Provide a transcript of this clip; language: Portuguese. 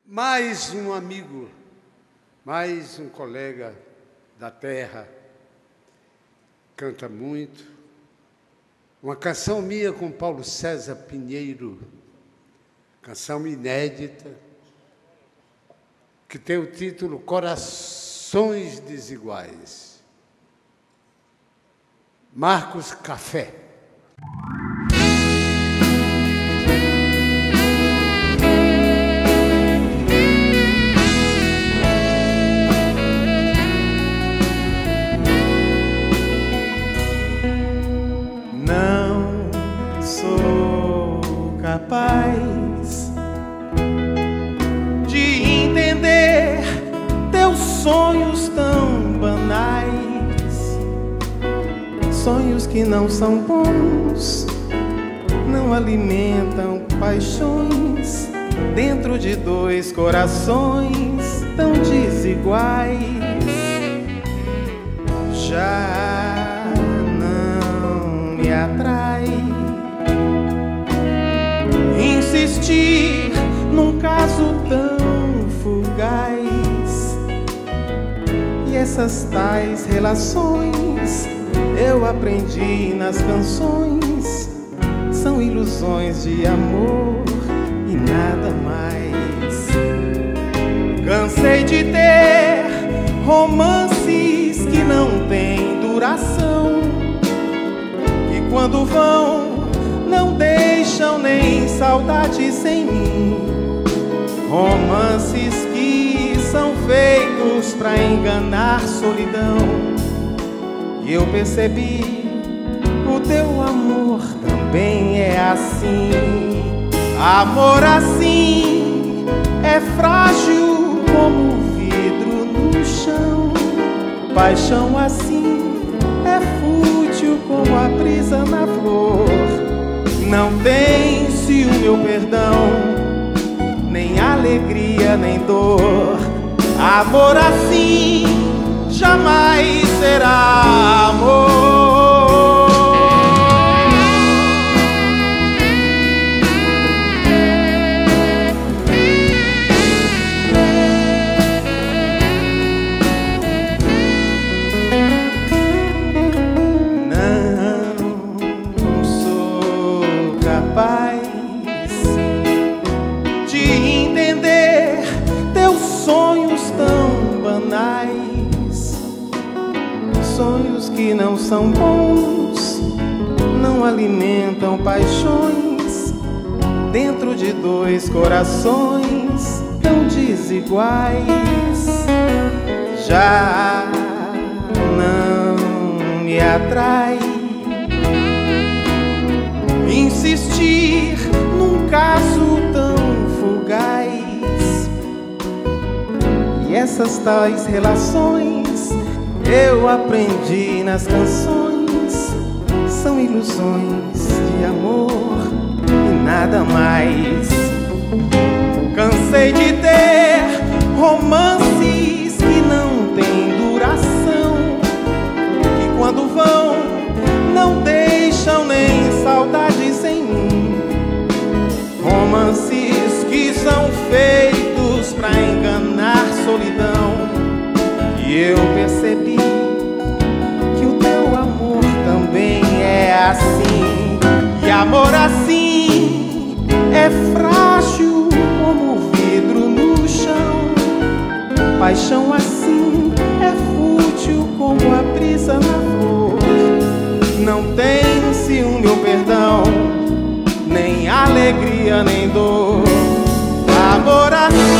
Mais um amigo, mais um colega da terra, canta muito. Uma canção minha com Paulo César Pinheiro, canção inédita, que tem o título Corações Desiguais. Marcos Café. Não sou capaz de entender teus sonhos tão banais, sonhos que não são bons, não alimentam paixões dentro de dois corações tão desiguais. Já não me atrai insistir num caso tão fugaz, e essas tais relações eu aprendi nas canções, são ilusões de amor e nada mais. Cansei de ter romances que não têm duração, que quando vão não deixam nem saudade sem mim. Romances que são feitos pra enganar solidão. E eu percebi, o teu amor também é assim. Amor assim é frágil como o vidro no chão. Paixão assim é fútil como a brisa na flor. Não tem ciúme ou perdão, nem alegria nem dor. Amor assim jamais será amor. Não sou capaz de entender teus sonhos tão banais, sonhos que não são bons, não alimentam paixões dentro de dois corações tão desiguais. Já não me atrai insistir num caso tão fugaz, e essas tais relações eu aprendi nas canções, são ilusões de amor e nada mais. Cansei de ter romances que não têm duração, que quando vão não deixam nem saudades em mim. Romances que são feitos pra enganar solidão. E eu percebi que o teu amor também é assim. E amor assim é frágil como o vidro no chão. Paixão assim é fútil como a brisa na flor. Não tem ciúme ou perdão, nem alegria nem dor. Amor assim